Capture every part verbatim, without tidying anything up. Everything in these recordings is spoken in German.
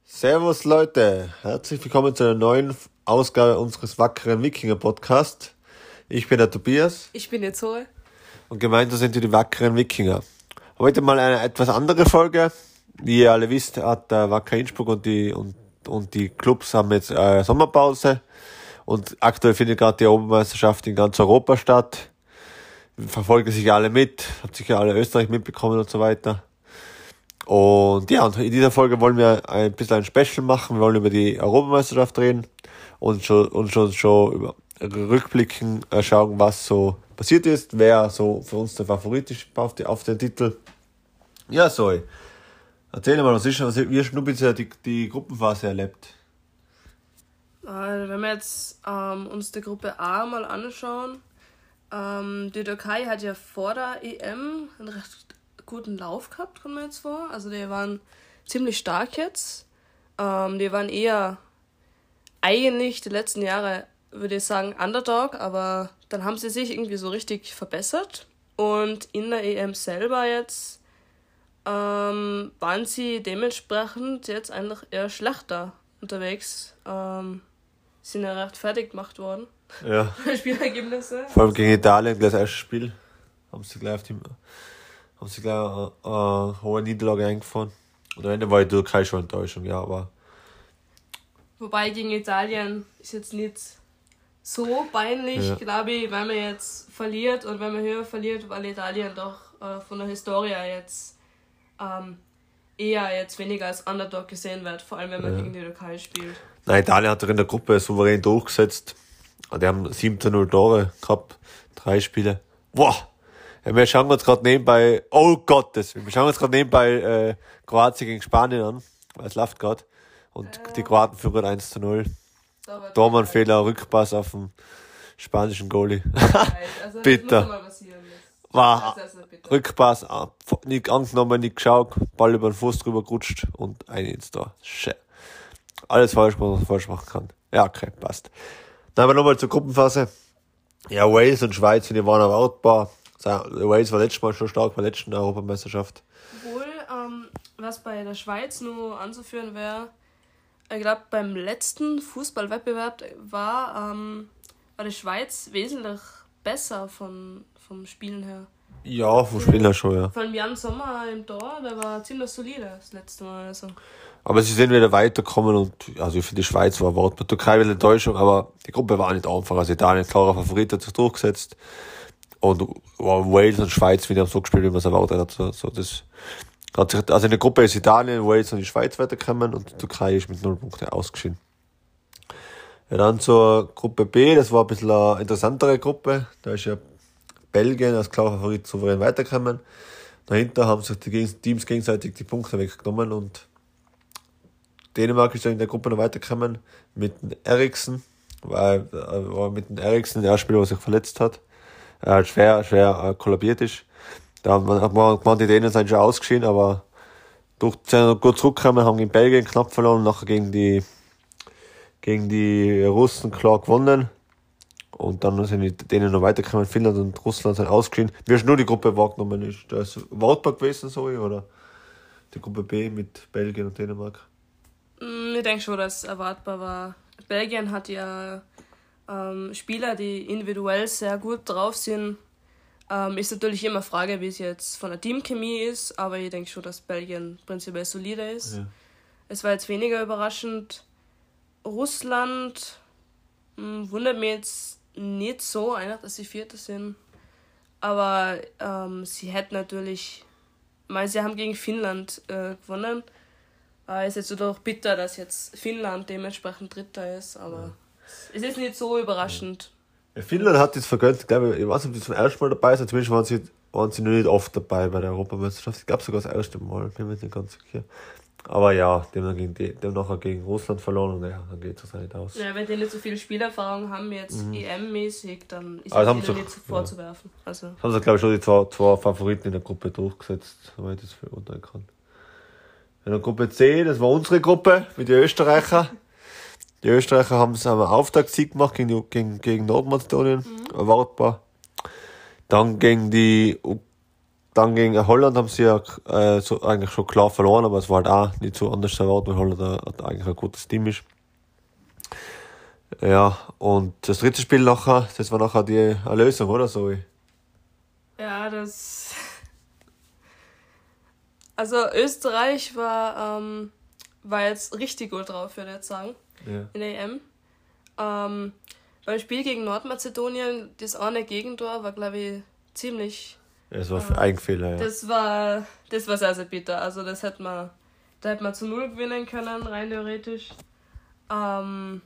Servus Leute, herzlich willkommen zu einer neuen Ausgabe unseres wackeren Wikinger-Podcast. Ich bin der Tobias. Ich bin die Zoe. Und gemeinsam sind wir die wackeren Wikinger. Heute mal eine etwas andere Folge. Wie ihr alle wisst, hat der Wacker Innsbruck und die, und, und die Clubs haben jetzt äh, Sommerpause. Und aktuell findet gerade die Europameisterschaft in ganz Europa statt. Verfolgen sich alle mit, habt sicher alle Österreich mitbekommen und so weiter. Und ja, und in dieser Folge wollen wir ein bisschen ein Special machen. Wir wollen über die Europameisterschaft reden und schon, und schon, schon über Rückblicken äh, schauen, was so passiert ist, wer so für uns der Favorit ist auf, die, auf den Titel. Ja, Zoe, erzähl mal, was ist, was, wie hast du bisher die, die Gruppenphase erlebt? Äh, wenn wir jetzt ähm, uns die Gruppe A mal anschauen, ähm, die Türkei hat ja vor der E M einen recht guten Lauf gehabt, kommt mir jetzt vor. Also die waren ziemlich stark jetzt. Ähm, die waren eher eigentlich die letzten Jahre, würde ich sagen, Underdog, aber dann haben sie sich irgendwie so richtig verbessert. Und in der E M selber jetzt ähm, waren sie dementsprechend jetzt eigentlich eher schlechter unterwegs. Ähm, sind ja recht fertig gemacht worden. Ja. Spielergebnisse. Vor allem gegen Italien, gleich das erste Spiel, haben sie gleich auf die, haben sie gleich eine, eine hohe Niederlage eingefahren. Und am Ende war die Türkei schon Enttäuschung, ja, aber... Wobei gegen Italien ist jetzt nicht so peinlich, Ja. glaube ich, wenn man jetzt verliert und wenn man höher verliert, weil Italien doch äh, von der Historie jetzt ähm, eher jetzt weniger als Underdog gesehen wird, vor allem wenn man Ja. gegen die Türkei spielt. Nein, Italien hat doch in der Gruppe souverän durchgesetzt. Die haben sieben zu null Tore gehabt, drei Spiele. Boah! Ja, wir schauen uns gerade nebenbei, oh Gottes, wir schauen uns gerade nebenbei äh, Kroatien gegen Spanien an, weil es läuft gerade. Und Ja. die Kroaten führen eins zu null. Da wird Dormann-Fehler, Rückpass auf den spanischen Goalie. Also Bitter. Das muss mal passieren. Das, War das ist also bitter. Rückpass, ab, nicht angenommen, nicht geschaut, Ball über den Fuß drüber gerutscht und ein ins Tor. Schä. Alles falsch, was man falsch machen kann. Ja, okay, passt. Dann haben wir nochmal zur Gruppenphase. Ja, Wales und Schweiz, die waren erwartbar. Wales war letztes Mal schon stark bei der letzten Europameisterschaft. Obwohl, ähm, was bei der Schweiz nur anzuführen wäre, ich glaube, beim letzten Fußballwettbewerb war, ähm, war die Schweiz wesentlich besser von, vom Spielen her. Ja, vom Spiel her schon, ja. Vor allem Jan Sommer im Tor, der war ziemlich solide das letzte Mal. Also. Aber sie sind wieder weitergekommen und, also ich finde, die Schweiz war erwartbar. Türkei wieder Enttäuschung, aber die Gruppe war nicht einfach. Also Italien, klarer Favorit, hat sich durchgesetzt. Und Wales und Schweiz wieder so gespielt, wie man es erwartet hat. So, so das hat sich, also in der Gruppe ist Italien, Wales und die Schweiz weitergekommen und die Türkei ist mit null Punkten ausgeschieden. Ja, dann zur Gruppe B, das war ein bisschen eine interessantere Gruppe. Da ist ja Belgien als klarer Favorit souverän weitergekommen. Dahinter haben sich die Teams gegenseitig die Punkte weggenommen und Dänemark ist dann in der Gruppe noch weitergekommen mit dem Eriksen, weil äh, war mit dem Eriksen der Spieler, der sich verletzt hat, äh, schwer, schwer äh, kollabiert ist. Da hat man, hat man gemeint, die Dänen sind schon ausgeschieden, aber durch sind gut zurückgekommen, haben gegen Belgien knapp verloren und nachher gegen die gegen die Russen klar gewonnen. Und dann sind die Dänen noch weitergekommen, Finnland und Russland sind ausgeschieden. Wie hast du nur die Gruppe wahrgenommen? Ist das erwartbar gewesen, so, oder die Gruppe B mit Belgien und Dänemark? Ich denke schon, dass es erwartbar war. Belgien hat ja ähm, Spieler, die individuell sehr gut drauf sind. Ähm, ist natürlich immer eine Frage, wie es jetzt von der Teamchemie ist, aber ich denke schon, dass Belgien prinzipiell solide ist. Ja. Es war jetzt weniger überraschend. Russland mh, wundert mich jetzt nicht so, einfach, dass sie Vierte sind. Aber ähm, sie hätten natürlich, ich meine, sie haben gegen Finnland äh, gewonnen. Äh, ist jetzt doch bitter, dass jetzt Finnland dementsprechend Dritter ist, aber ja. Es ist nicht so überraschend. Ja, Finnland hat jetzt vergönnt, ich glaube, ich weiß nicht, ob die zum ersten Mal dabei sind, zumindest waren sie, waren sie noch nicht oft dabei bei der Europameisterschaft. Ich glaube sogar das erste Mal, bin mir nicht ganz sicher. Aber ja, die haben dann gegen, die, die haben nachher gegen Russland verloren und ja, dann geht es nicht aus. Ja, wenn die nicht so viel Spielerfahrung haben, jetzt mhm. E M-mäßig, dann ist also es ihnen nicht so vorzuwerfen. Ja. Also. Haben sie, glaube ich, schon die zwei, zwei Favoriten in der Gruppe durchgesetzt, soweit ich das verurteilen kann. In der Gruppe C, das war unsere Gruppe mit den Österreichern. Die Österreicher haben es einen Auftaktsieg gemacht gegen, gegen, gegen Nordmazedonien, mhm. erwartbar. Dann gegen die dann gegen Holland haben sie ja äh, so eigentlich schon klar verloren, aber es war halt auch nicht so anders erwartet, weil Holland äh, eigentlich ein gutes Team ist. Ja, und das dritte Spiel nachher, das war nachher die Erlösung, oder so? Ja, das... Also Österreich war, ähm, war jetzt richtig gut drauf, würde ich jetzt sagen, ja. in der E M. Ähm, beim Spiel gegen Nordmazedonien, das eine Gegentor war, glaube ich, ziemlich... Ja, das war äh, Eigenfehler, ja. Das war, das war sehr, sehr bitter. Also das hätte man, da hätte man zu null gewinnen können, rein theoretisch. Ähm,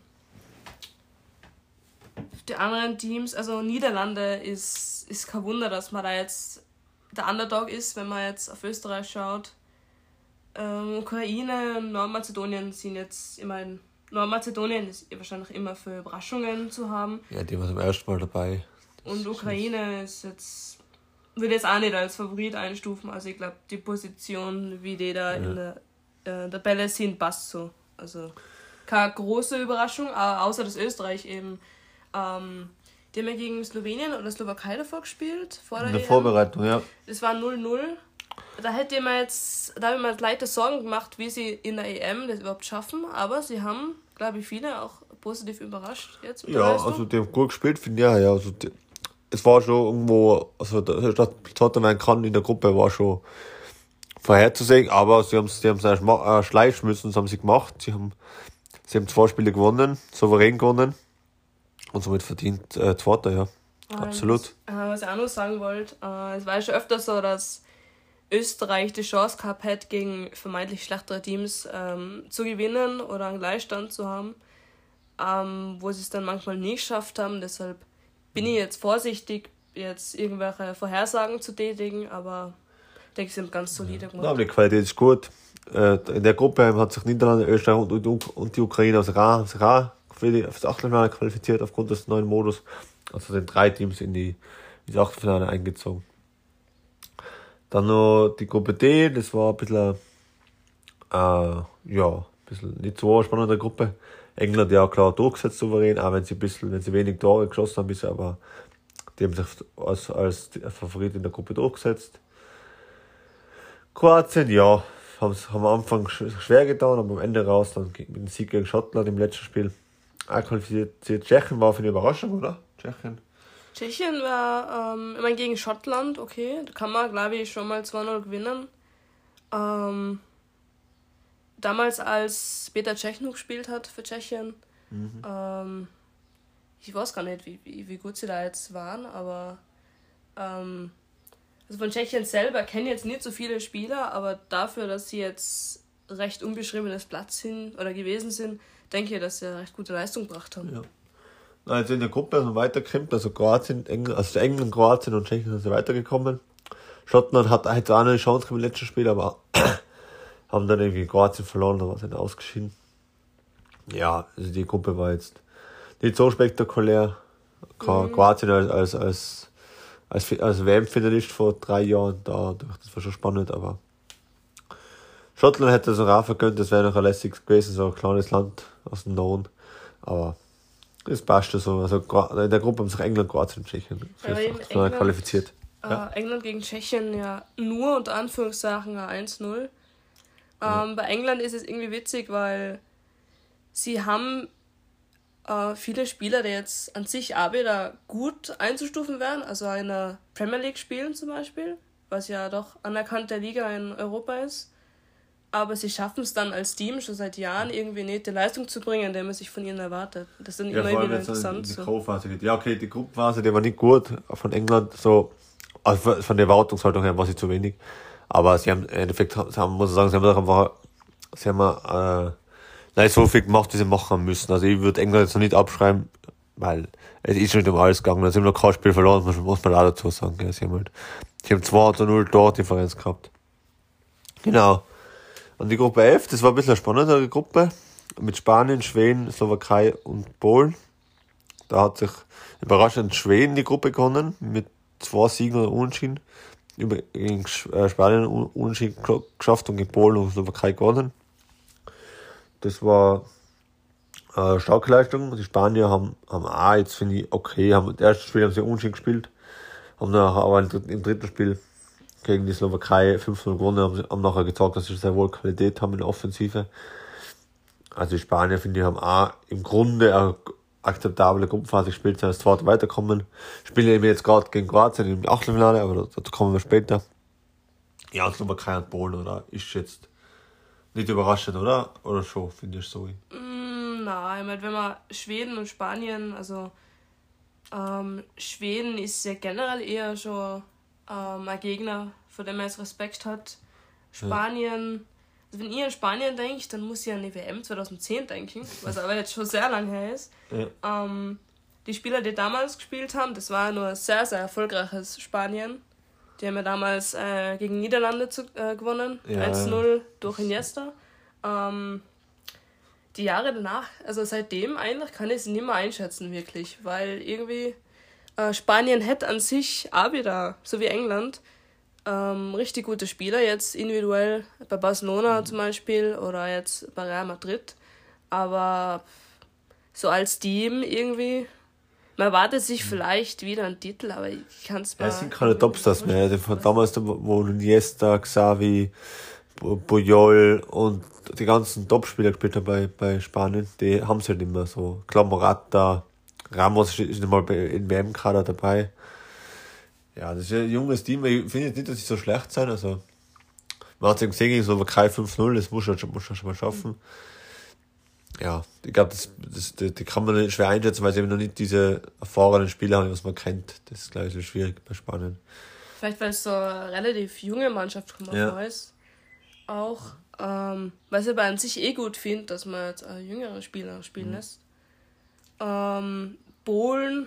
die anderen Teams, also Niederlande ist, ist kein Wunder, dass man da jetzt der Underdog ist, wenn man jetzt auf Österreich schaut. Ähm, Ukraine und Nordmazedonien sind jetzt, ich meine, Nordmazedonien ist wahrscheinlich immer für Überraschungen zu haben. Ja, die war zum ersten Mal dabei. Das und Ukraine ist jetzt, würde jetzt auch nicht als Favorit einstufen. Also ich glaube, die Position, wie die da ja. in der äh, Tabelle sind, passt so. Also keine große Überraschung, aber außer dass Österreich eben ähm, die haben ja gegen Slowenien oder Slowakei davor gespielt. Vor der in der E M. Vorbereitung, ja. Das war null null. Da hätte man jetzt, da habe ich mir jetzt leider Sorgen gemacht, wie sie in der E M das überhaupt schaffen. Aber sie haben, glaube ich, viele auch positiv überrascht jetzt mit Ja, der Leistung. also die haben gut gespielt, finde ich. Ja, also die, es war schon irgendwo, also das hat man kann in der Gruppe war schon vorherzusehen, aber sie haben es sie haben's äh, schleifen müssen, das haben sie gemacht. Sie haben, sie haben zwei Spiele gewonnen, souverän gewonnen. Und somit verdient äh, Zweiter, ja. Ah, absolut. Was, äh, was ich auch noch sagen wollte, äh, es war ja schon öfter so, dass Österreich die Chance gehabt hätte, gegen vermeintlich schlechtere Teams ähm, zu gewinnen oder einen Gleichstand zu haben, ähm, wo sie es dann manchmal nie geschafft haben. Deshalb bin ich jetzt vorsichtig, jetzt irgendwelche Vorhersagen zu tätigen, aber ich denke, sie haben ganz solide gemacht. Ja, aber die Qualität ist gut. Äh, in der Gruppe hat sich Niederlande, Österreich und, und, und die Ukraine aus haben sich auch für das Achtelfinale qualifiziert aufgrund des neuen Modus. Also sind drei Teams in die ins Achtelfinale eingezogen. Dann noch die Gruppe D, das war ein bisschen, äh, ja, ein bisschen nicht so eine spannende Gruppe. England ja klar durchgesetzt souverän, auch wenn sie ein bisschen, wenn sie wenig Tore geschossen haben bisher, aber die haben sich als, als Favorit in der Gruppe durchgesetzt. Kroatien, ja, haben am Anfang schwer getan, aber am Ende raus, dann mit dem Sieg gegen Schottland im letzten Spiel. Auch qualifiziert. Tschechien war für eine Überraschung, oder? Tschechien. Tschechien war, ähm, ich meine, gegen Schottland, okay, da kann man, glaube ich, schon mal zwei null gewinnen. Ähm, damals, als Peter Cech noch gespielt hat für Tschechien, mhm. ähm, ich weiß gar nicht, wie, wie, wie gut sie da jetzt waren, aber ähm, also von Tschechien selber kenne ich jetzt nicht so viele Spieler, aber dafür, dass sie jetzt recht unbeschriebenes Blatt sind oder gewesen sind, denke ich, dass sie eine recht gute Leistung gebracht haben. Ja. Also in der Gruppe sind wir weitergekommen, also Kroatien, England, also England, Kroatien und Tschechien sind weitergekommen. Schottland hat hätte auch eine Chance im letzten Spiel, aber haben dann irgendwie Kroatien verloren, da war es dann ausgeschieden. Ja, also die Gruppe war jetzt nicht so spektakulär. Mhm. Kroatien als als als als, als W M-Finalist vor drei Jahren, da, das war schon spannend, aber Schottland hätte es auch vergönnt, das wäre noch ein lässiges gewesen, so ein kleines Land aus dem Norden. Aber das passt schon so. Also in der Gruppe haben sich England, Kroatien und Tschechien für England, qualifiziert. Äh, ja. England gegen Tschechien ja nur unter Anführungszeichen eins null. Ähm, ja. Bei England ist es irgendwie witzig, weil sie haben äh, viele Spieler, die jetzt an sich auch wieder gut einzustufen wären, also in der Premier League spielen zum Beispiel, was ja doch anerkannte Liga in Europa ist. Aber sie schaffen es dann als Team schon seit Jahren irgendwie nicht die Leistung zu bringen, die man sich von ihnen erwartet. Das ist dann ja, immer wieder interessant. Die Gruppenphase geht. Ja, okay, die Gruppenphase, die war nicht gut von England, so, also von der Erwartungshaltung her war sie zu wenig. Aber sie haben im Endeffekt, haben, muss ich sagen, sie haben doch einfach, sie haben äh, nicht so viel gemacht, wie sie machen haben müssen. Also ich würde England jetzt noch nicht abschreiben, weil es ist schon nicht um alles gegangen. Sie haben noch kein Spiel verloren, muss, muss man auch dazu sagen. Ja, sie haben halt, sie haben zwei zu null Tordifferenz gehabt. Genau. Und die Gruppe F, das war ein bisschen eine spannendere Gruppe, mit Spanien, Schweden, Slowakei und Polen. Da hat sich überraschend Schweden die Gruppe gewonnen, mit zwei Siegen und Unentschieden. Über, gegen Spanien Unentschieden geschafft und gegen Polen und Slowakei gewonnen. Das war eine starke Leistung. Die Spanier haben, haben auch, jetzt finde ich, okay, haben, das erste Spiel haben sie Unentschieden gespielt, haben dann aber im dritten Spiel gegen die Slowakei fünf null gewonnen, haben, haben nachher gezeigt, dass sie sehr wohl Qualität haben in der Offensive. Also die Spanier, finde ich, haben auch im Grunde eine akzeptable Gruppenphase gespielt, sind als Zweite weiterkommen. Spielen eben jetzt gerade gegen Kroatien im Achtelfinale, aber dazu kommen wir später. Ja, und Slowakei und Polen, oder? Ist jetzt nicht überraschend, oder? Oder schon, finde ich so. Mm, nein, ich meine, wenn man Schweden und Spanien, also ähm, Schweden ist ja generell eher schon ähm, ein Gegner, vor dem man jetzt Respekt hat. Spanien, also wenn ich an Spanien denke, dann muss ich an die W M zwanzig zehn denken, was aber jetzt schon sehr lang her ist. Ja. Ähm, die Spieler, die damals gespielt haben, das war nur ein sehr, sehr erfolgreiches Spanien. Die haben ja damals äh, gegen Niederlande zu, äh, gewonnen, ja. eins null durch Iniesta. Ähm, die Jahre danach, also seitdem eigentlich kann ich sie nicht mehr einschätzen, wirklich, weil irgendwie äh, Spanien hätte an sich auch wieder, so wie England, ähm, richtig gute Spieler, jetzt individuell bei Barcelona mhm. zum Beispiel oder jetzt bei Real Madrid, aber so als Team irgendwie, man erwartet sich vielleicht wieder einen Titel, aber ich kann es mal... Ja, es sind keine Topstars mehr, die von damals, wo Iniesta, Xavi, Puyol und die ganzen Topspieler gespielt haben bei, bei Spanien, die haben es halt immer so. Klar, Morata, Ramos ist nicht mal in W M-Kader dabei. Ja, das ist ein junges Team. Ich finde jetzt nicht, dass sie so schlecht sein. Also, man hat es eben gesehen gegen Slowakei fünf null, das muss man schon, muss man schon mal schaffen. Ja, ich glaube, das, das, die, die kann man nicht schwer einschätzen, weil sie eben noch nicht diese erfahrenen Spieler haben, was man kennt. Das ist, glaube ich, schwierig bei Spanien. Vielleicht, weil es so eine relativ junge Mannschaft kommt, ja. Weiß. Auch, ähm, was ich aber an sich eh gut finde, dass man jetzt äh, jüngere Spieler spielen mhm. lässt. Ähm, Polen.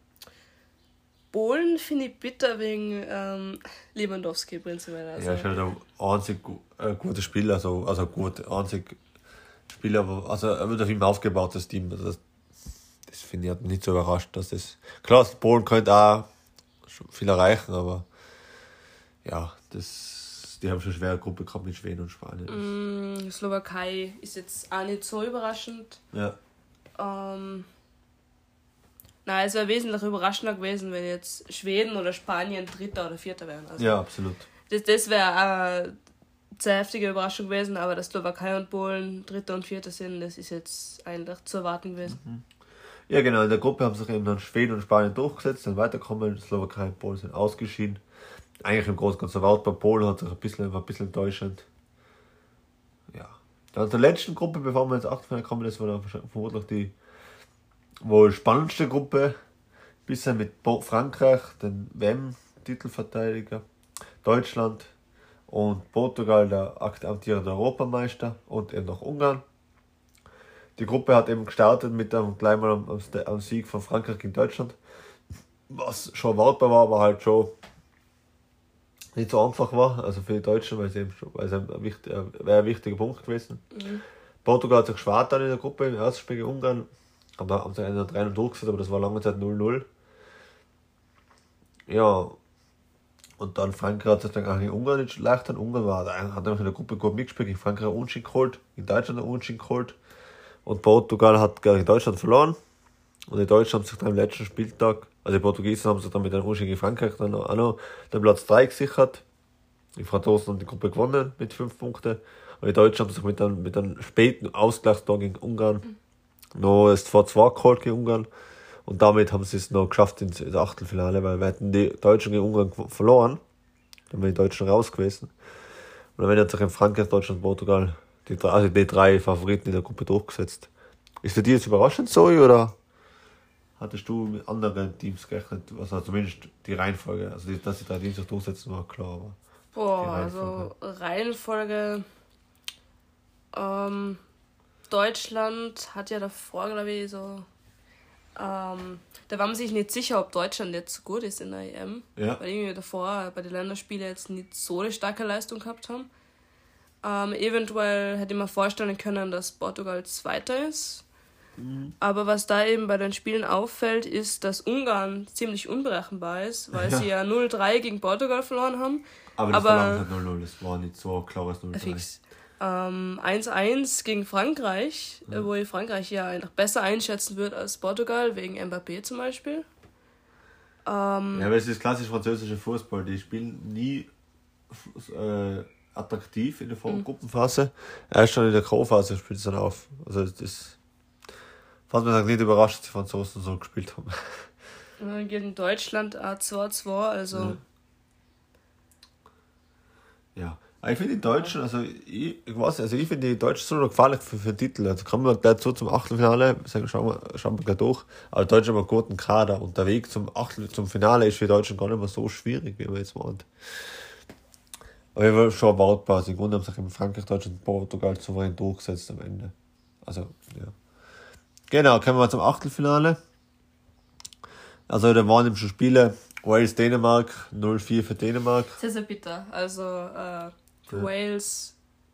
Polen finde ich bitter wegen ähm, Lewandowski prinzipiell. Also. Ja, ist halt ein einzig äh, guter Spieler, also, also gut, einzig Spieler, also er wird auf ihm aufgebaut, das Team. Also das das finde ich halt nicht so überrascht, dass das. Klar, Polen könnte auch viel erreichen, aber ja, das, die haben schon eine schwere Gruppe gehabt mit Schweden und Spanien. Mm, Slowakei ist jetzt auch nicht so überraschend. Ja. Ähm, nein, es wäre wesentlich überraschender gewesen, wenn jetzt Schweden oder Spanien Dritter oder Vierter wären. Also ja, absolut. Das, das wäre eine sehr heftige Überraschung gewesen, aber dass Slowakei und Polen Dritter und Vierter sind, das ist jetzt eigentlich zu erwarten gewesen. Mhm. Ja, genau, in der Gruppe haben sich eben dann Schweden und Spanien durchgesetzt, dann weiterkommen, Slowakei und Polen sind ausgeschieden. Eigentlich im Großen und Ganzen erwartbar, Polen hat sich ein bisschen, war ein bisschen enttäuschend. Ja. Dann zur letzten Gruppe, bevor wir ins Achtelfinale kommen, das war dann vermutlich die wohl spannendste Gruppe, bisher mit Frankreich, den W M-Titelverteidiger, Deutschland und Portugal, der amtierende Europameister, und eben noch Ungarn. Die Gruppe hat eben gestartet mit einem gleich mal am, am Sieg von Frankreich gegen Deutschland, was schon erwartbar war, aber halt schon nicht so einfach war, also für die Deutschen, weil es eben schon, weil es ein, wichtig, wäre ein wichtiger Punkt gewesen. Mhm. Portugal hat sich geschwart dann in der Gruppe, im ersten Spiel gegen Ungarn, haben haben sie einen drei null durchgesetzt, aber das war lange Zeit null null. Ja, und dann Frankreich hat sich dann auch gegen Ungarn nicht leicht an. Ungarn war, hat nämlich in der Gruppe gut mitgespielt, gegen Frankreich Unentschieden geholt, gegen Deutschland Unentschieden geholt. Und Portugal hat gegen Deutschland verloren. Und die Deutschen haben sich dann am letzten Spieltag, also die Portugiesen haben sich dann mit einem Unentschieden gegen Frankreich dann auch noch den Platz drei gesichert. Die Franzosen haben die Gruppe gewonnen mit fünf Punkten. Und die Deutschen haben sich mit einem, mit einem späten Ausgleichstor gegen Ungarn mhm. noch das zwei zwei geholt gegen Ungarn. Und damit haben sie es noch geschafft ins Achtelfinale, weil wir hätten die Deutschen gegen Ungarn verloren, dann wären die Deutschen raus gewesen. Und dann werden sich in Frankreich, Deutschland, Portugal, die drei, also die drei Favoriten in der Gruppe durchgesetzt. Ist für dich jetzt überraschend so, oder hattest du mit anderen Teams gerechnet, also zumindest die Reihenfolge, also dass die drei Teams sich durchsetzen, war klar. Aber Boah, also Reihenfolge, ähm, Deutschland hat ja davor, glaube ich, so Ähm, da war man sich nicht sicher, ob Deutschland jetzt so gut ist in der E M. Ja. Weil irgendwie davor bei den Länderspielen jetzt nicht so eine starke Leistung gehabt haben. Ähm, eventuell hätte ich mir vorstellen können, dass Portugal Zweiter ist. Mhm. Aber was da eben bei den Spielen auffällt, ist, dass Ungarn ziemlich unberechenbar ist, weil ja. sie ja null drei gegen Portugal verloren haben. Aber das war halt null null, das war nicht so ein klares null drei. Fix. Ähm, eins eins gegen Frankreich, ja. wo ich Frankreich ja einfach besser einschätzen würde als Portugal, wegen Mbappé zum Beispiel. Ähm, ja, aber es ist klassisch französischer Fußball, die spielen nie äh, attraktiv in der Vorgruppenphase. Mhm. Erst schon in der K.O.-Phase spielt es dann auf. Also das fand mich nicht überrascht, dass die Franzosen so gespielt haben. Ja, gegen Deutschland auch zwei zwei, also... Ja. Ja, ich finde die Deutschen, also ich, ich weiß nicht, also ich finde die Deutschen so noch gefährlich für, für den Titel. Also kommen wir gleich so zum Achtelfinale, sagen, schauen wir, schauen wir gleich durch. Aber die Deutschen haben einen guten Kader und der Weg zum Achtel, zum Finale ist für die Deutschen gar nicht mehr so schwierig, wie man jetzt meint. Aber ich war schon erwartbar. Also im Grunde haben sich in Frankreich, Deutschland und Portugal souverän durchgesetzt am Ende. Also, ja. Genau, kommen wir zum Achtelfinale. Also da waren eben schon Spiele. Wales, Dänemark, null vier für Dänemark. Sehr, sehr bitter. Also äh, für ja. Wales,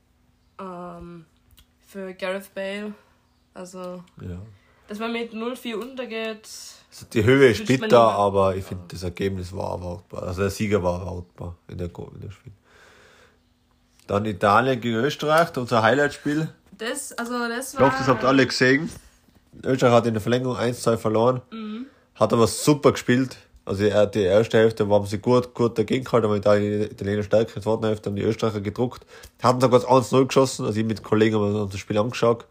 ähm, für Gareth Bale, also ja. dass man mit null vier untergeht. Also die Höhe ist bitter, aber ich finde, das Ergebnis war erwartbar. Also der Sieger war erwartbar in der, in der Spiel. Dann Italien gegen Österreich, unser Highlight-Spiel. Das, also das war... Ich hoffe, das habt ihr alle gesehen. Österreich hat in der Verlängerung eins zwei verloren, mhm. hat aber super gespielt. Also die erste Hälfte waren sie gut, gut dagegen gehalten, aber die Italiener stärker. In der zweiten Hälfte haben die Österreicher gedruckt. Hatten sogar eins null geschossen, also ich mit Kollegen haben uns das Spiel angeschaut.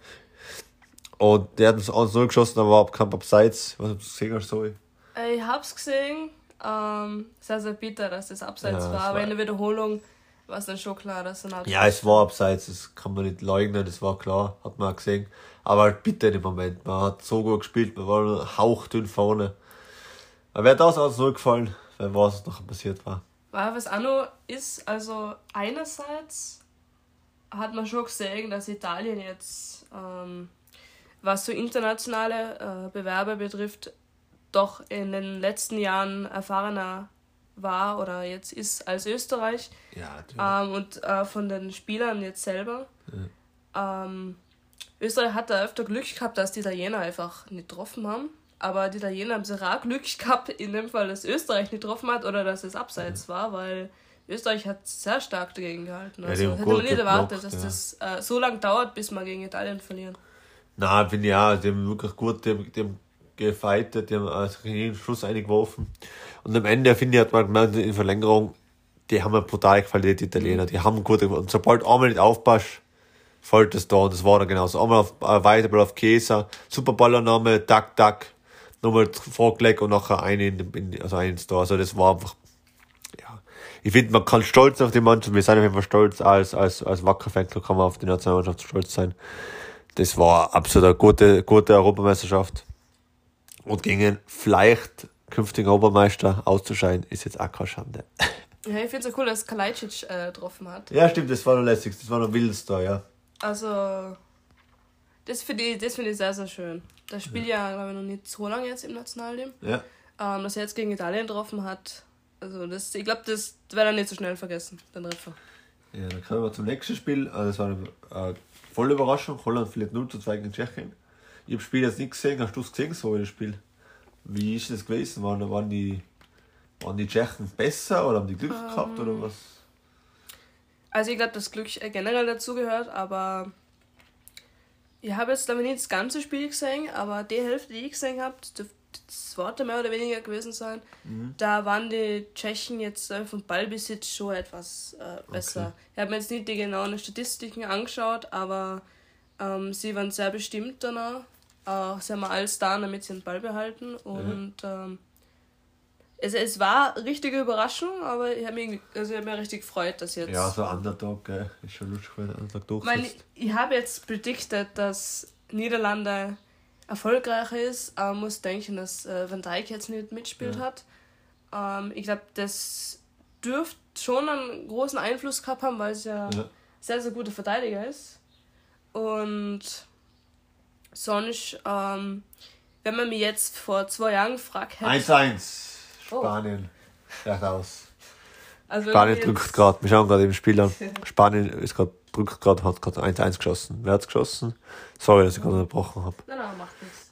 Und die hatten eins null geschossen, aber war kein Abseits. Was hast du gesehen hast, sorry? Ich hab's gesehen. Ähm, sehr, sehr bitter, dass das Abseits ja, war, aber war in der Wiederholung war es dann schon klar, dass dann halt... Ja, es war Abseits, das kann man nicht leugnen, das war klar, hat man auch gesehen. Aber halt bitter in dem Moment, man hat so gut gespielt, man war nur hauchdünn vorne. Aber wäre das auch so gefallen, wenn was noch passiert war. Weil was auch noch ist, also einerseits hat man schon gesehen, dass Italien jetzt, ähm, was so internationale äh, Bewerber betrifft, doch in den letzten Jahren erfahrener war oder jetzt ist als Österreich. Ja, ähm, und äh, von den Spielern jetzt selber. Ja. Ähm, Österreich hat da öfter Glück gehabt, dass die Italiener einfach nicht getroffen haben. Aber die Italiener haben sich auch Glück gehabt, in dem Fall, dass Österreich nicht getroffen hat oder dass es abseits ja. war, weil Österreich hat sehr stark dagegen gehalten. Also ja, hätte man nicht erwartet, geblockt, dass ja. das äh, so lange dauert, bis wir gegen Italien verlieren. Nein, finde ich auch. Die haben wirklich gut, die haben, die haben gefightet, die haben also den Schluss eingeworfen. Und am Ende, finde ich, hat man gemerkt, in Verlängerung, die haben eine brutale Qualität, die Italiener. Die haben gute, und sobald einmal nicht aufpasst, fällt das da. Und das war dann genauso. Einmal auf, äh, weiter auf Chiesa, super Ballannahme, tack, tack. Nochmal vorgelegt und nachher einen in, in, also einen da. Also das war einfach, ja. Ich finde, man kann stolz auf die Mannschaft, wir sind auf jeden Fall stolz, als, als, als Wacker-Fanclub kann man auf die Nationalmannschaft stolz sein. Das war absolut eine gute, gute Europameisterschaft. Und gegen vielleicht künftigen Europameister auszuscheiden, ist jetzt auch keine Schande. Ja, ich finde es so cool, dass Kalajdzic äh, getroffen hat. Ja, stimmt, das war noch lässig, das war noch wildes da, ja. Also, das finde ich, das find ich sehr, sehr schön. Das spielt ja, ja glaube ich, noch nicht so lange jetzt im Nationalteam. Ja. Ähm, dass er jetzt gegen Italien getroffen hat. Also, das, ich glaube, das wäre dann nicht so schnell vergessen, den Treffer. Ja, dann kommen wir zum nächsten Spiel. Also, das war eine äh, volle Überraschung. Holland verliert null zu zwei gegen Tschechien. Ich habe das Spiel jetzt nicht gesehen. Hast du es gesehen, so das Spiel? Wie ist das gewesen? Waren, waren, die, waren die Tschechen besser oder haben die Glück um, gehabt oder was? Also, ich glaube, das Glück generell dazugehört, aber ich habe jetzt damit nicht das ganze Spiel gesehen, aber die Hälfte, die ich gesehen habe, das sollte mehr oder weniger gewesen sein. Mhm. Da waren die Tschechen jetzt äh, vom Ballbesitz schon etwas äh, besser. Okay. Ich habe mir jetzt nicht die genauen Statistiken angeschaut, aber ähm, sie waren sehr bestimmt danach. Äh, sie haben alles da, damit sie den Ball behalten. Und mhm. ähm, es, es war eine richtige Überraschung, aber ich habe mich, also hab mich richtig gefreut, dass jetzt... Ja, so Underdog, gell. Ist schon lustig, wenn der Underdog durchsetzt. Ich, ich habe jetzt predicted, dass Niederlande erfolgreicher ist, aber muss denken, dass äh, Van Dijk jetzt nicht mitgespielt ja. hat. Ähm, ich glaube, das dürfte schon einen großen Einfluss gehabt haben, weil es ja, ja sehr, sehr guter Verteidiger ist. Und sonst, ähm, wenn man mich jetzt vor zwei Jahren gefragt hätte... eins eins Spanien. Oh. Ja, raus. Also Spanien drückt gerade, wir schauen gerade im Spiel an. Spanien ist gerade drückt gerade, hat gerade eins eins geschossen. Wer hat's geschossen? Sorry, dass ich gerade unterbrochen habe. Nein, nein, macht nichts.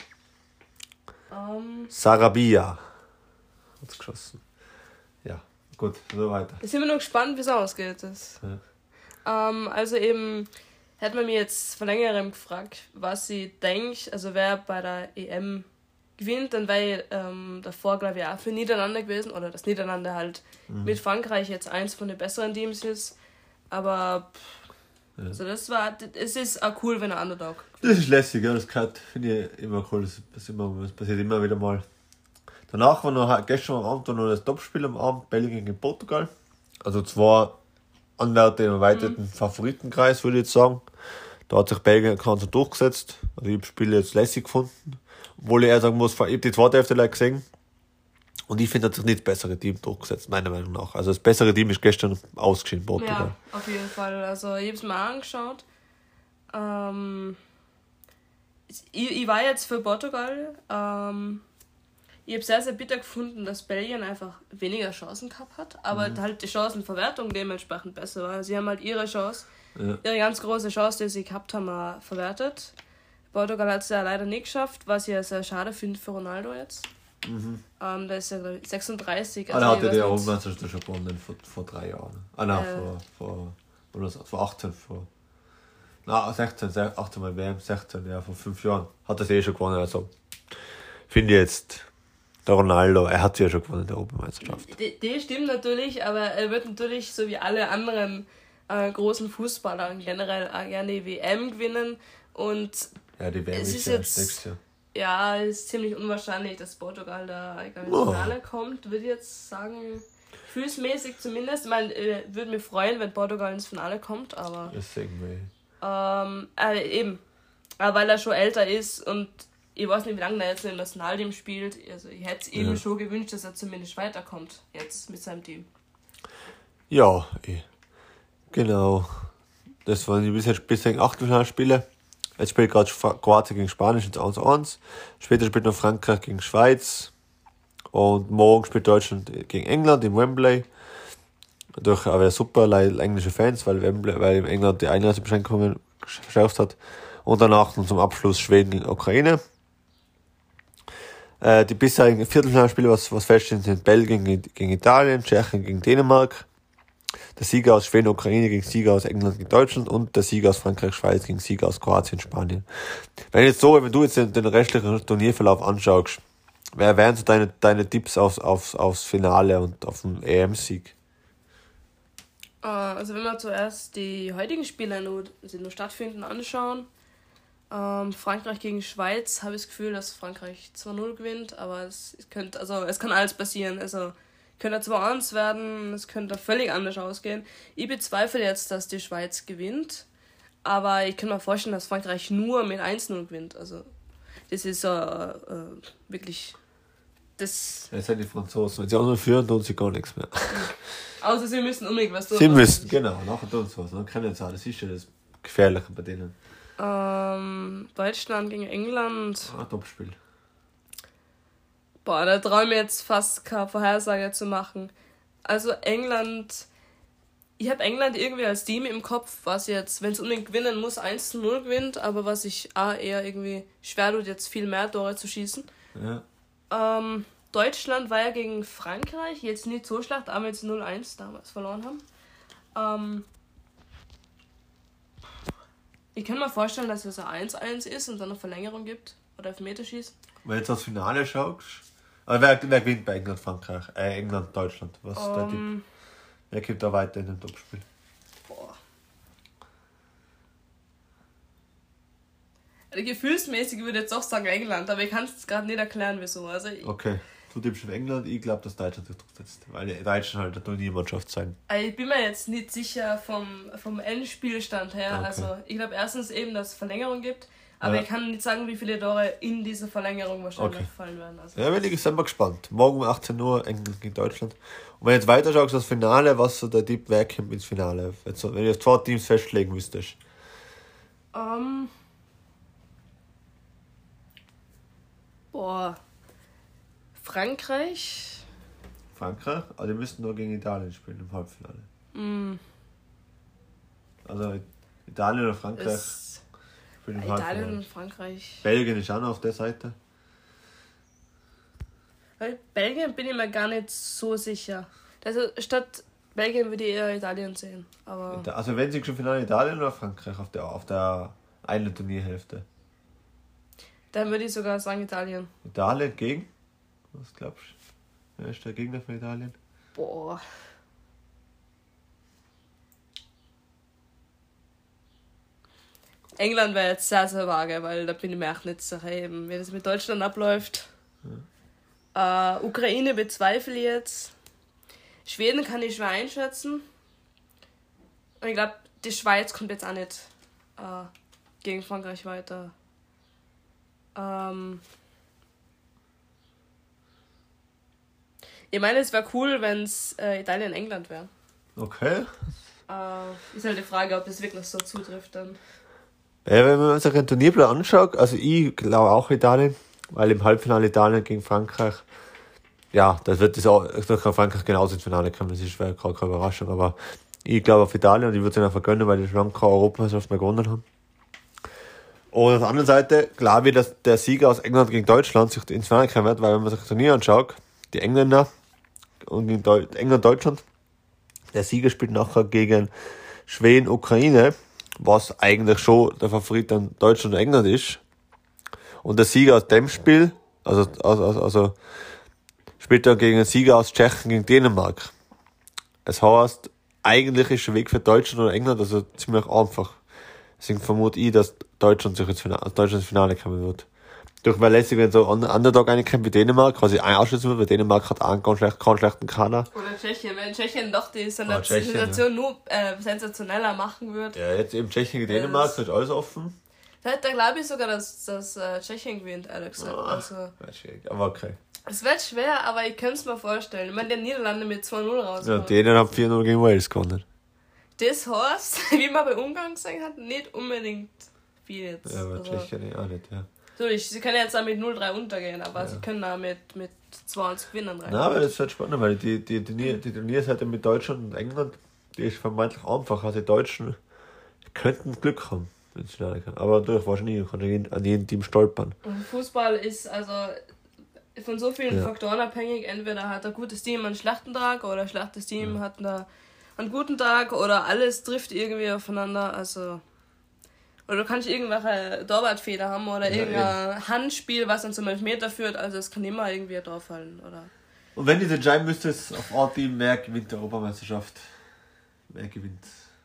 Um, Sarabia hat's geschossen. Ja, gut, so weiter. Jetzt sind wir noch gespannt, wie es ausgeht. Das. Ja. Um, also eben, hätte man mir jetzt vor längerem gefragt, was sie denkt, also wer bei der E M gewinnt, dann wäre ähm, davor, glaube ich, auch für Niederlande gewesen, oder dass Niederlande halt mhm. mit Frankreich jetzt eins von den besseren Teams ist. Aber pff, ja. also das war, es ist auch cool, wenn ein Underdog. Das ist lässig, ja, das finde ich immer cool, das, das, immer, das passiert immer wieder mal. Danach war noch gestern am Abend noch das Topspiel am Abend, Belgien gegen Portugal. Also zwei Anwärter im erweiterten mhm. Favoritenkreis, würde ich jetzt sagen. Da hat sich Belgien ganz durchgesetzt. Also ich habe das Spiel jetzt lässig gefunden. Obwohl ich eher sagen muss, ich habe die zweite Hälfte gesehen. Und ich finde, hat sich nicht das bessere Team durchgesetzt, meiner Meinung nach. Also das bessere Team ist gestern ausgeschieden, Portugal. Ja, auf jeden Fall. Also ich habe es mir angeschaut. Ähm, ich, ich war jetzt für Portugal. Ähm, ich habe sehr, sehr bitter gefunden, dass Belgien einfach weniger Chancen gehabt hat. Aber mhm. halt die Chancenverwertung dementsprechend besser war. Sie haben halt ihre Chance, ja. ihre ganz große Chance, die sie gehabt haben, verwertet. Portugal hat es ja leider nicht geschafft, was ich ja sehr schade finde für Ronaldo jetzt. Mhm. Ähm, der ist ja sechsunddreißig. Also ah, der hatte ja auch Meisterschaft schon gewonnen vor, vor drei Jahren. Ah nein, äh, vor, vor, oder vor achtzehn, vor. Nein, sechzehn, achtzehn Mal W M, sechzehn, ja, vor fünf Jahren. Hat er es eh schon gewonnen. Also finde ich jetzt, der Ronaldo, er hat sie ja schon gewonnen, der Europameisterschaft. Die, die stimmt natürlich, aber er wird natürlich, so wie alle anderen äh, großen Fußballer generell auch gerne die W M gewinnen. Und ja, die W M es ist, ist ja jetzt nächstes Jahr. Ja, es ist ziemlich unwahrscheinlich, dass Portugal da ins Finale oh. kommt, würde ich jetzt sagen. Gefühlsmäßig zumindest. Ich meine, äh, würde mich freuen, wenn Portugal ins Finale kommt, aber. Deswegen, ähm, äh, eben. Aber weil er schon älter ist und ich weiß nicht, wie lange er jetzt im Nationalteam spielt. Also ich hätte es ihm ja. schon gewünscht, dass er zumindest weiterkommt jetzt mit seinem Team. Ja, genau. Das waren die bisher bisherigen Achtelfinalspiele. Jetzt spielt gerade Kroatien gegen Spanien ins eins eins. Später spielt noch Frankreich gegen Schweiz. Und morgen spielt Deutschland gegen England im Wembley. Durch aber super leider englische Fans, weil Wembley, weil in England die Einreisebeschränkungen verschärft hat. Und danach noch zum Abschluss Schweden gegen Ukraine. Äh, die bisherigen Viertelfinalspiele, was, was feststehen, sind Belgien gegen Italien, Tschechien gegen Dänemark. Der Sieger aus Schweden, Ukraine gegen Sieger aus England gegen Deutschland und der Sieger aus Frankreich, Schweiz gegen Sieger aus Kroatien, Spanien. Wenn jetzt so, wenn du jetzt den, den restlichen Turnierverlauf anschaust, wer wären so deine, deine Tipps aufs, aufs, aufs Finale und auf den E M-Sieg? Also wenn wir zuerst die heutigen Spiele, nur, die nur stattfinden, anschauen. Ähm, Frankreich gegen Schweiz, habe ich das Gefühl, dass Frankreich zwei null gewinnt, aber es könnte, also es kann alles passieren. Also könnte zwei eins werden, es könnte völlig anders ausgehen. Ich bezweifle jetzt, dass die Schweiz gewinnt, aber ich kann mir vorstellen, dass Frankreich nur mit eins null gewinnt. Also das ist äh, äh, wirklich das... Jetzt sind die Franzosen, wenn sie auch noch führen, tun sie gar nichts mehr. Außer sie müssen unbedingt was tun. Sie müssen, genau, nachher tun sie was. Dann können sie auch, das ist ja das Gefährliche bei denen. Ähm, Deutschland gegen England. Ah, Topspiel. Boah, da traue ich mir jetzt fast keine Vorhersage zu machen. Also England, ich habe England irgendwie als Team im Kopf, was jetzt, wenn es unbedingt gewinnen muss, eins zu null gewinnt, aber was ich auch eher irgendwie schwer tut, jetzt viel mehr Tore zu schießen. Ja. Ähm, Deutschland war ja gegen Frankreich, jetzt nicht so schlecht, aber jetzt null eins damals verloren haben. Ähm, ich kann mir vorstellen, dass es ein eins eins ist und dann eine Verlängerung gibt oder Elfmeterschießen. Wenn du jetzt das Finale schaust, also wer, wer gewinnt bei England, Frankreich? Äh, England, Deutschland. Was ist um, der Tipp? Wer kommt da weiter in dem Topspiel? Boah. Also, gefühlsmäßig würde ich jetzt auch sagen England, aber ich kann es gerade nicht erklären, wieso. Also, okay, du tippst auf England, ich glaube, dass Deutschland sich durchsetzt. Weil die Deutschen halt eine Turniermannschaft sein. Ich bin mir jetzt nicht sicher vom, vom Endspielstand her. Okay. Also ich glaube erstens eben, dass es Verlängerung gibt. Aber ja. Ich kann nicht sagen, wie viele Tore in dieser Verlängerung wahrscheinlich okay. fallen werden. Also. Ja, bin ich selber gespannt. Morgen um achtzehn Uhr England gegen Deutschland. Und wenn du jetzt weiter schaust, das Finale, was so der Tipp, wer kommt ins Finale? Wenn du jetzt zwei Teams festlegen müsstest. Um, boah. Frankreich. Frankreich? Aber die müssten nur gegen Italien spielen im Halbfinale. Mm. Also Italien oder Frankreich? Es Italien und Frankreich. Belgien ist auch noch auf der Seite. Bei Belgien bin ich mir gar nicht so sicher. Also statt Belgien würde ich eher Italien sehen. Aber also wenn sie schon Finale Italien oder Frankreich auf der, auf der einen Turnierhälfte? Dann würde ich sogar sagen Italien. Italien gegen? Was glaubst du? Wer ist der Gegner von Italien? Boah. England wäre jetzt sehr, sehr vage, weil da bin ich mir auch nicht sicher, eben, wie das mit Deutschland abläuft. Ja. Äh, Ukraine bezweifle ich jetzt. Schweden kann ich schwer einschätzen. Und ich glaube, die Schweiz kommt jetzt auch nicht äh, gegen Frankreich weiter. Ähm ich meine, es wäre cool, wenn es äh, Italien-England wäre. Okay. Äh, ist halt die Frage, ob das wirklich so zutrifft dann. Ja, wenn man sich den Turnierplan anschaut, also ich glaube auch Italien, weil im Halbfinale Italien gegen Frankreich, ja, das wird das auch, da kann Frankreich genauso ins Finale kommen, das ist gerade keine Überraschung, aber ich glaube auf Italien und ich würde es ihnen vergönnen, weil die schon lange keine Europameisterschaft mehr gewonnen haben. Und auf der anderen Seite glaube ich, dass der Sieger aus England gegen Deutschland sich ins Finale kommen wird, weil wenn man sich das Turnier anschaut, die Engländer und in Deu- England, Deutschland, der Sieger spielt nachher gegen Schweden, Ukraine, was eigentlich schon der Favorit an Deutschland und England ist. Und der Sieger aus dem Spiel, also, also, also spielt dann gegen den Sieger aus Tschechien gegen Dänemark. Das heißt, eigentlich ist der Weg für Deutschland oder England also ziemlich einfach. Deswegen vermute ich, dass Deutschland sich ins Finale, Deutschland ins Finale kommen wird. Durch weil letztlich, wenn so ein Underdog reinkommt wie Dänemark, quasi ein ausschließen wird, weil Dänemark hat einen ganz schlechten, keinen schlechten Kader. Oder Tschechien, wenn Tschechien doch die Ah, Tschechien, Sensation ja. nur äh, sensationeller machen würde. Ja, jetzt eben Tschechien gegen Dänemark, Das- wird alles offen. Da, da glaube ich sogar, dass, dass äh, Tschechien gewinnt, ehrlich gesagt. Ah. Also, Ja, schwierig, aber okay. es wird schwer, aber ich könnte es mir vorstellen. Ich meine, die Niederlande mit zwei null Ja, rauskommen. Dänen haben vier null gegen Wales gewonnen. Das heißt, wie man bei Ungarn gesehen hat, nicht unbedingt viel jetzt. Ja, aber Also, Tschechien auch nicht, ja. natürlich, sie können jetzt auch mit null drei untergehen, aber sie können auch mit, mit zwei eins gewinnen. rein. Nein, aber das wird spannend, weil die, die, die, die Turnierseite mit Deutschland und England, die ist vermeintlich einfach. Also die Deutschen könnten Glück haben, wenn sie Finale kommen. Aber natürlich wahrscheinlich kann jeden, an jedem Team stolpern. Und Fußball ist also von so vielen Ja. Faktoren abhängig. Entweder hat ein gutes Team einen schlechten Tag oder ein schlechtes Team Ja. hat eine, einen guten Tag oder alles trifft irgendwie aufeinander. Also oder du kannst irgendwelche Torwartfehler haben oder Ja, irgendein Handspiel, was dann zum Elfmeter führt. Also es kann immer irgendwie ein Tor fallen. Oder Und wenn ich jetzt entscheiden müsste, auf ein Team, wer gewinnt die Europameisterschaft? Wer gewinnt?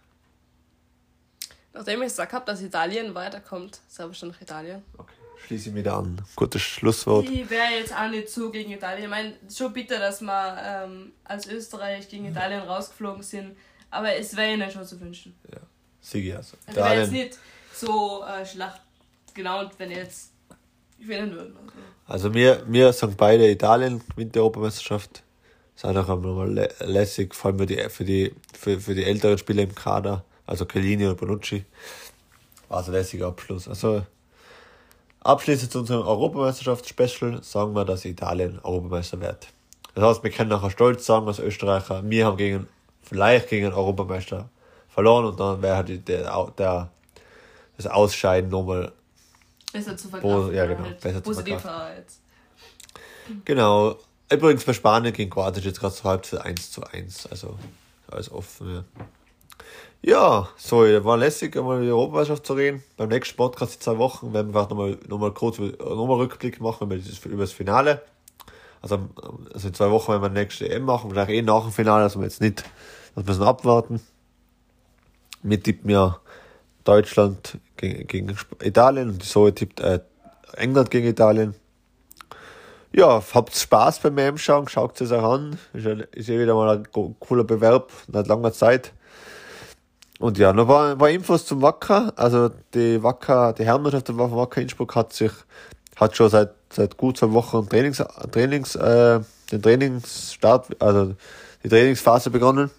nachdem ich gesagt habe, dass Italien weiterkommt, ist aber schon noch Italien. Okay, schließe ich mich da an. Gutes Schlusswort. Ich wäre jetzt auch nicht so gegen Italien. Ich meine, schon bitter, dass wir ähm, als Österreich gegen Italien rausgeflogen sind. Aber es wäre ihnen schon zu wünschen. Siege also. Also wäre jetzt nicht so äh, schlacht gelaunt, wenn jetzt gewinnen würden. Also. Also wir, wir sagen beide, Italien gewinnt die Europameisterschaft. Das ist auch nochmal lä- lässig, vor allem für die, für die, für, für die älteren Spieler im Kader, also Chiellini und Bonucci. War also ein lässiger Abschluss. Also abschließend zu unserem Europameisterschafts-Special sagen wir, dass Italien Europameister wird. Das heißt, wir können nachher stolz sagen als Österreicher, wir haben gegen, vielleicht gegen einen Europameister verloren und dann wäre halt der, der, das Ausscheiden nochmal Besser zu verkraften. ja, genau, halt besser zu positiver jetzt. Genau. Übrigens bei Spanien gegen Kroatien jetzt gerade zur Halbzeit eins zu eins. Also alles offen, ja. Ja, so, das war lässig, einmal über die Europameisterschaft zu reden. Beim nächsten Podcast in zwei Wochen werden wir nochmal noch mal kurz nochmal Rückblick machen über das, über das Finale. Also, also in zwei Wochen werden wir die nächste E M machen, vielleicht eh nach dem Finale, also wir jetzt nicht, das müssen wir abwarten. Wir tippen ja Deutschland gegen, gegen Italien und die Zoe tippt äh, England gegen Italien. Ja, habt Spaß beim E M schauen, schaut es euch an. Ist ja, ist ja wieder mal ein co- cooler Bewerb, nach langer Zeit. Und ja, noch ein paar, ein paar Infos zum Wacker. Also die Wacker, die Herrenmannschaft der Wacker Innsbruck hat sich, hat schon seit, seit gut zwei Wochen Trainings, Trainings, äh, den Trainingsstart, also die Trainingsphase begonnen.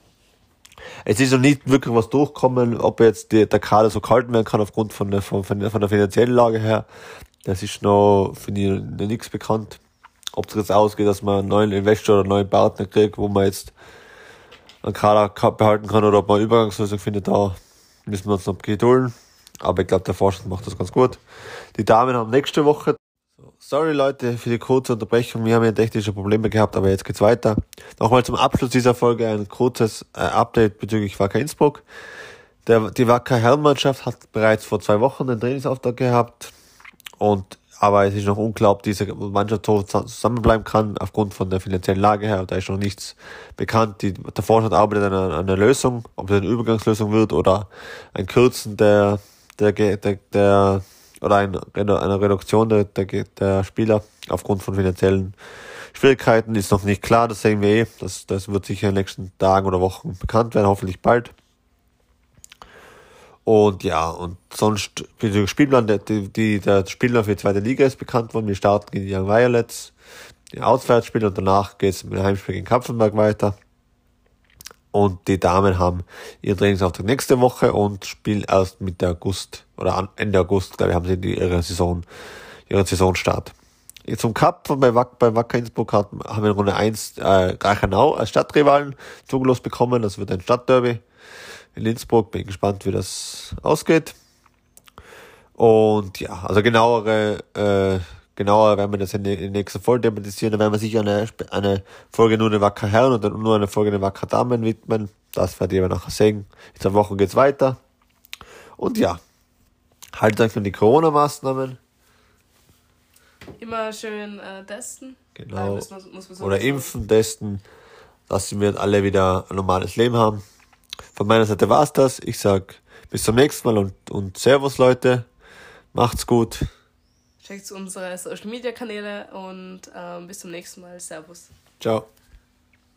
Es ist noch nicht wirklich was durchgekommen, ob jetzt die, der Kader so gehalten werden kann aufgrund von der, von, von der, von der finanziellen Lage her. Das ist noch, finde ich, noch nichts bekannt. Ob es jetzt ausgeht, dass man einen neuen Investor oder einen neuen Partner kriegt, wo man jetzt einen Kader behalten kann oder ob man eine Übergangslösung findet, da müssen wir uns noch gedulden. Aber ich glaube, der Vorstand macht das ganz gut. Die Damen haben nächste Woche. Sorry Leute für die kurze Unterbrechung, wir haben ja technische Probleme gehabt, aber jetzt geht's weiter. Nochmal zum Abschluss dieser Folge ein kurzes äh, Update bezüglich Wacker Innsbruck. Der, die Wacker Herrenmannschaft hat bereits vor zwei Wochen den Trainingsauftrag gehabt und aber es ist noch unklar, ob diese Mannschaft so zusammenbleiben kann, aufgrund von der finanziellen Lage her. Da ist noch nichts bekannt. Die, der Vorstand arbeitet an einer, an einer Lösung, ob es eine Übergangslösung wird oder ein Kürzen der, der, der, der oder ein, eine Reduktion der, der, der Spieler aufgrund von finanziellen Schwierigkeiten, ist noch nicht klar. Das sehen wir eh. Das, das wird sicher in den nächsten Tagen oder Wochen bekannt werden, hoffentlich bald. Und ja, und sonst, für den Spielplan, der, die, der Spielplan für die zweite Liga ist bekannt worden. Wir starten gegen die Young Violets, die Auswärtsspiel, und danach geht's mit dem Heimspiel gegen Kapfenberg weiter. Und die Damen haben ihren Trainingsauftrag nächste Woche und spielen erst Mitte August, oder Ende August, glaube ich, haben sie die, ihre Saison, ihren Saisonstart. Jetzt zum Cup bei Wacker, bei Wacker Innsbruck haben wir in Runde eins äh, Reichenau als Stadtrivalen zugelost bekommen. Das wird ein Stadtderby in Innsbruck. Bin gespannt, wie das ausgeht. Und ja, also genauere, äh, genauer werden wir das in der nächsten Folge thematisieren. Da werden wir sicher eine, eine Folge nur den Wacker Herren und dann nur eine Folge den Wacker Damen widmen. Das werdet ihr nachher sehen. In zwei Wochen geht's weiter. Und ja, haltet euch an die Corona-Maßnahmen. Immer schön äh, testen. Genau. Äh, muss man, muss man so Oder impfen, testen, dass wir alle wieder ein normales Leben haben. Von meiner Seite war's das. Ich sag bis zum nächsten Mal und, und Servus, Leute. Macht's gut. Checkt unsere Social Media Kanäle und ähm, bis zum nächsten Mal. Servus. Ciao.